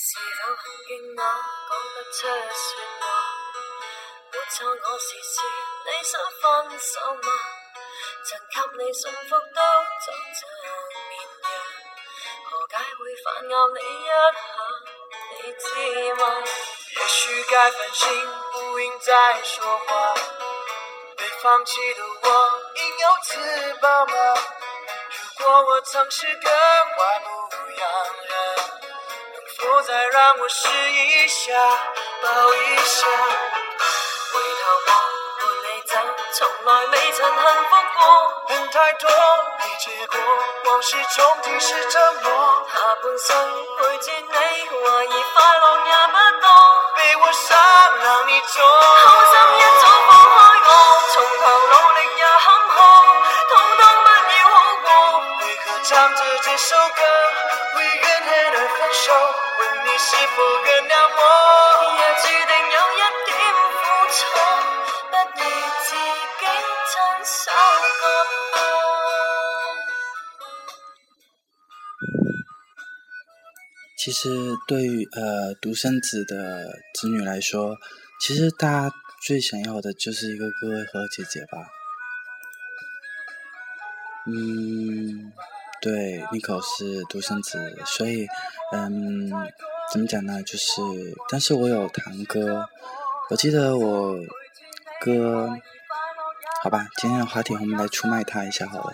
是否很驚訝講得出說話？沒錯，我時時你想分手嗎？曾給你幸福都像隻綿羊，何解會反咬你一下？你知嗎？ 也許該反省，不應再說話。被放棄的我應有自保嗎？如果我曾是個壞牧羊人，能否再讓我試一下，抱一下？ 回頭望伴你走，從來未曾幸福過。 人太多沒結果，往事重提是折磨。 下半生陪住你，懷疑快樂也不多。 被我傷讓你做， 好心一早放開我，從頭努力也坎坷，通通不要好過。 為何唱着這首歌，為怨恨而分手？問你是否原諒我？ 若注定有一點苦楚，不如自己親手割破。 其实对于独生子的子女来说，其实大家最想要的就是一个哥哥和姐姐吧。对，Nico 是独生子，所以怎么讲呢？就是但是我有堂哥，我记得我哥，好吧，今天的话题我们来出卖他一下好了。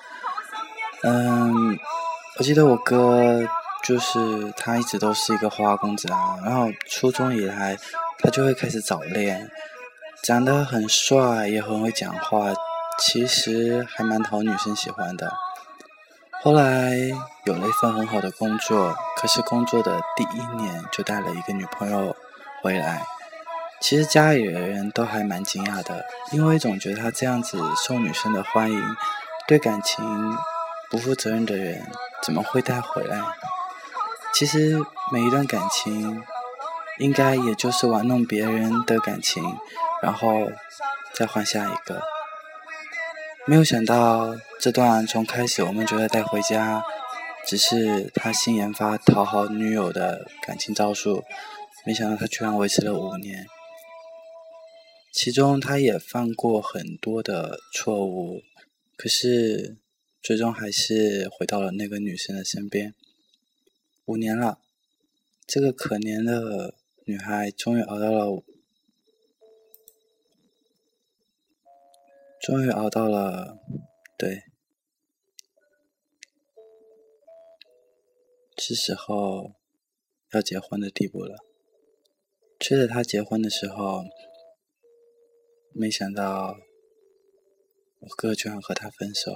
我记得我哥就是他一直都是一个花花公子啊，然后初中以来他就会开始早恋，长得很帅，也很会讲话，其实还蛮讨女生喜欢的。后来有了一份很好的工作，可是工作的第1年就带了一个女朋友回来。其实家里人都还蛮惊讶的，因为总觉得他这样子受女生的欢迎，对感情不负责任的人怎么会带回来？其实每一段感情应该也就是玩弄别人的感情，然后再换下一个。没有想到这段从开始我们觉得带回家只是他新研发讨好女友的感情招数，没想到他居然维持了5年。其中他也犯过很多的错误，可是最终还是回到了那个女生的身边。5年了，这个可怜的女孩终于熬到了，对，是时候要结婚的地步了。催着她结婚的时候，没想到我哥居然和她分手。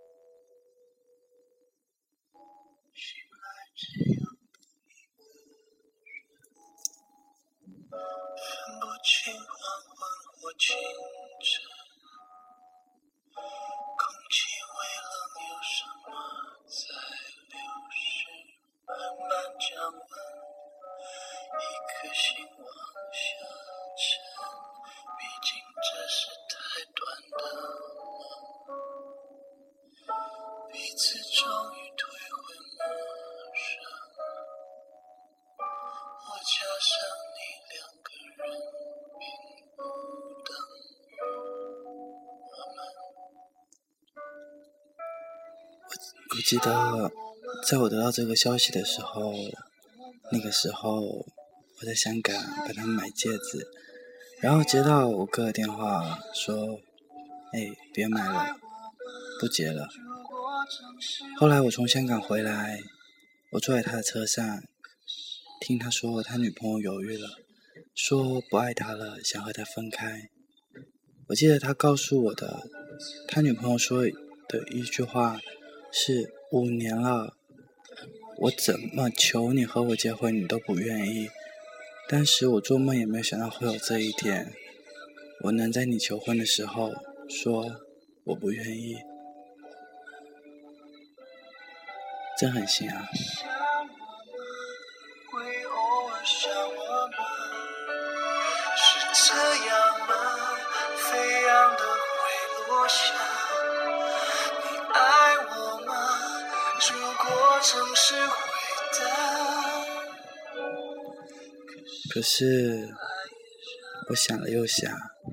分不清黄昏或清晨，空气微冷，有什么在流逝，慢慢降温，一颗心往下沉，毕竟这是太短的梦，彼此终于退回陌生，我加上你2个人并不等我记得在我得到这个消息的时候，那个时候我在香港帮他们买戒指，然后接到我哥的电话说别买了，不结了。后来我从香港回来，我坐在他的车上，听他说他女朋友犹豫了，说不爱他了，想和他分开。我记得他告诉我的，他女朋友说的一句话是5年了，我怎么求你和我结婚你都不愿意。当时我做梦也没有想到会有这一天，我能在你求婚的时候说我不愿意，真狠心啊。 会偶尔想我们，是这样吗？飞扬的会落下，你爱我吗？如果曾是回答， 可是我想了又想，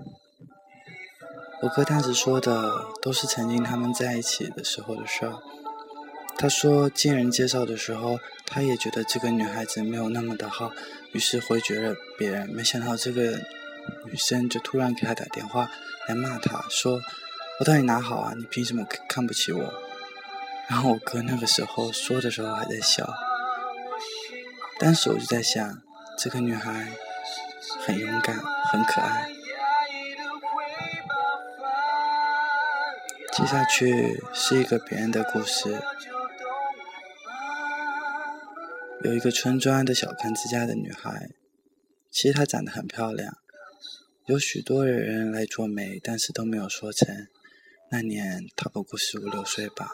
我哥当时说的都是曾经他们在一起的时候的事儿。他说经人介绍的时候，他也觉得这个女孩子没有那么的好，于是回绝了别人。没想到这个女生就突然给他打电话来骂他，说我到底哪好啊，你凭什么看不起我？然后我哥那个时候说的时候还在笑。当时我就在想，这个女孩很勇敢，很可爱。接下去是一个别人的故事。有一个村庄的小康之家的女孩，其实她长得很漂亮，有许多的人来做媒，但是都没有说成。那年她不过15、16岁吧。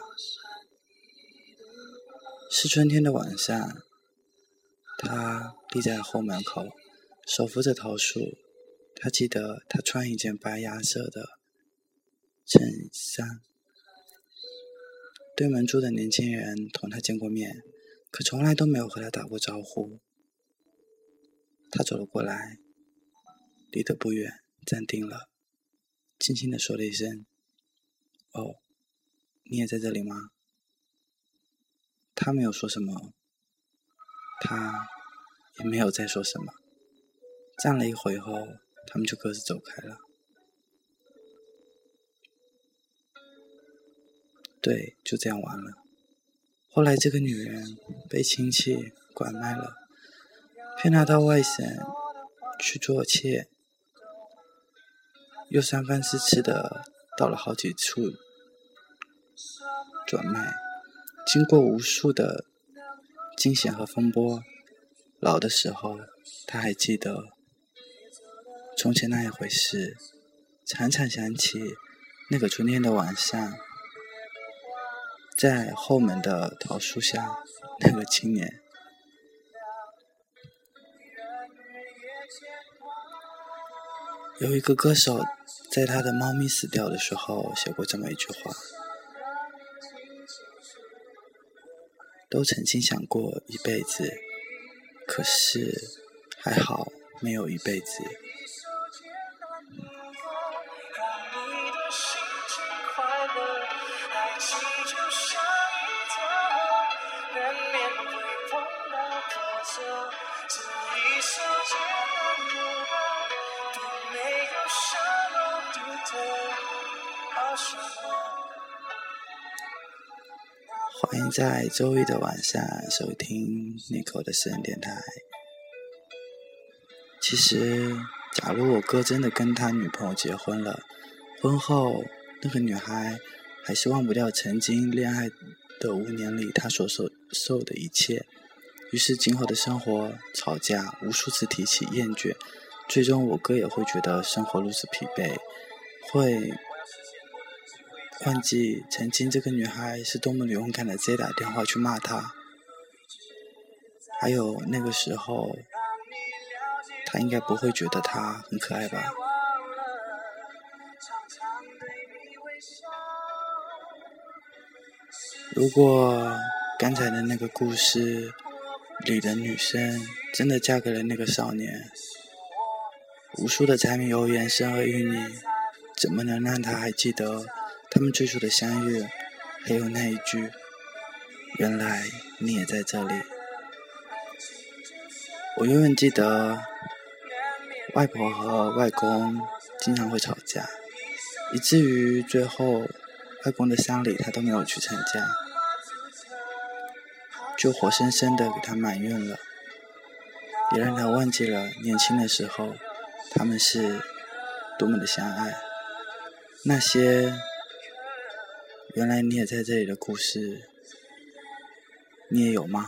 是春天的晚上，她立在后门口，手扶着桃树。她记得她穿一件白鸭色的衬衫。对门住的年轻人同她见过面，可从来都没有和她打过招呼。她走了过来，离得不远，站定了，轻轻地说了一声：“哦，你也在这里吗？”他没有说什么，他也没有再说什么。站了一会后，他们就各自走开了。对，就这样完了。后来这个女人被亲戚拐卖了，骗她到外省去做妾，又三番四次的到了好几处转卖。经过无数的惊险和风波，老的时候他还记得从前那一回事，常常想起那个春天的晚上，在后门的桃树下，那个青年。有一个歌手在他的猫咪死掉的时候写过这么一句话：都曾经想过一辈子，可是还好没有一辈子。欢迎在周一的晚上收听Nico的私人电台。其实假如我哥真的跟他女朋友结婚了，婚后那个女孩还是忘不掉曾经恋爱的5年里他所受的一切，于是今后的生活吵架无数次提起厌倦，最终我哥也会觉得生活如此疲惫，会忘记曾经这个女孩是多么勇敢的直接打电话去骂她。还有那个时候他应该不会觉得她很可爱吧。如果刚才的那个故事里的女生真的嫁给了那个少年，无数的柴米油盐生儿育女，怎么能让他还记得他们最初的相遇，还有那一句原来你也在这里。我永远记得外婆和外公经常会吵架，以至于最后外公的丧礼他都没有去参加，就活生生的给他埋怨了，也让他忘记了年轻的时候他们是多么的相爱。那些原来你也在这里的故事，你也有吗？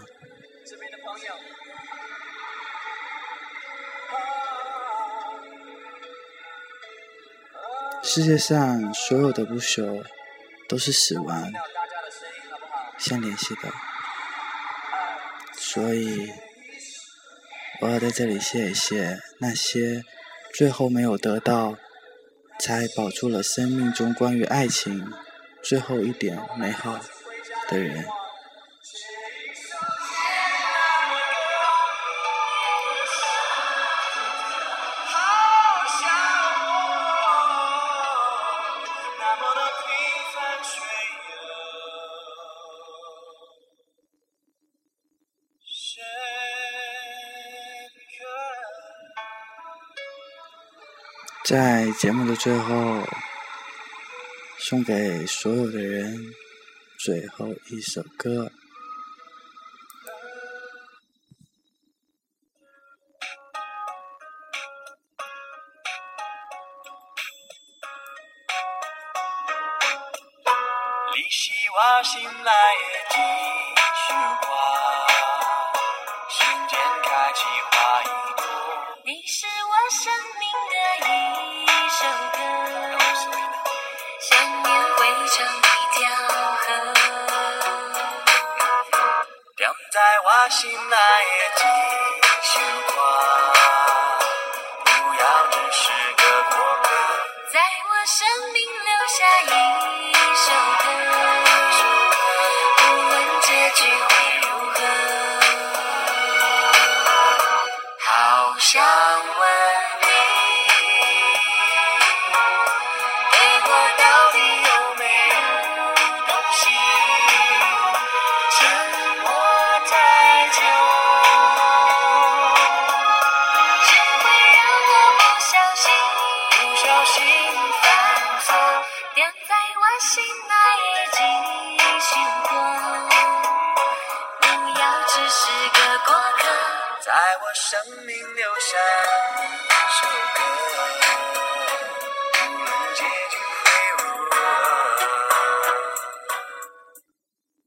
世界上所有的不朽都是死亡相联系的，所以我要在这里谢一谢那些最后没有得到，才保住了生命中关于爱情最后一点美好的人。 在节目的最后，送给所有的人最后一首歌。 你是我心内的一首歌，心间开启花一朵。 你是我生命的一首歌，想念汇成一条河， 掉在我心内的一首歌，不要只是个过客， 在我生命留下一首歌，无论结局会如何，好想问你，对我到底有没有动心？沉默太久，只会让我不小心犯错，点在我心内的一首歌，不要只是个过客， 在我生命留下一首歌。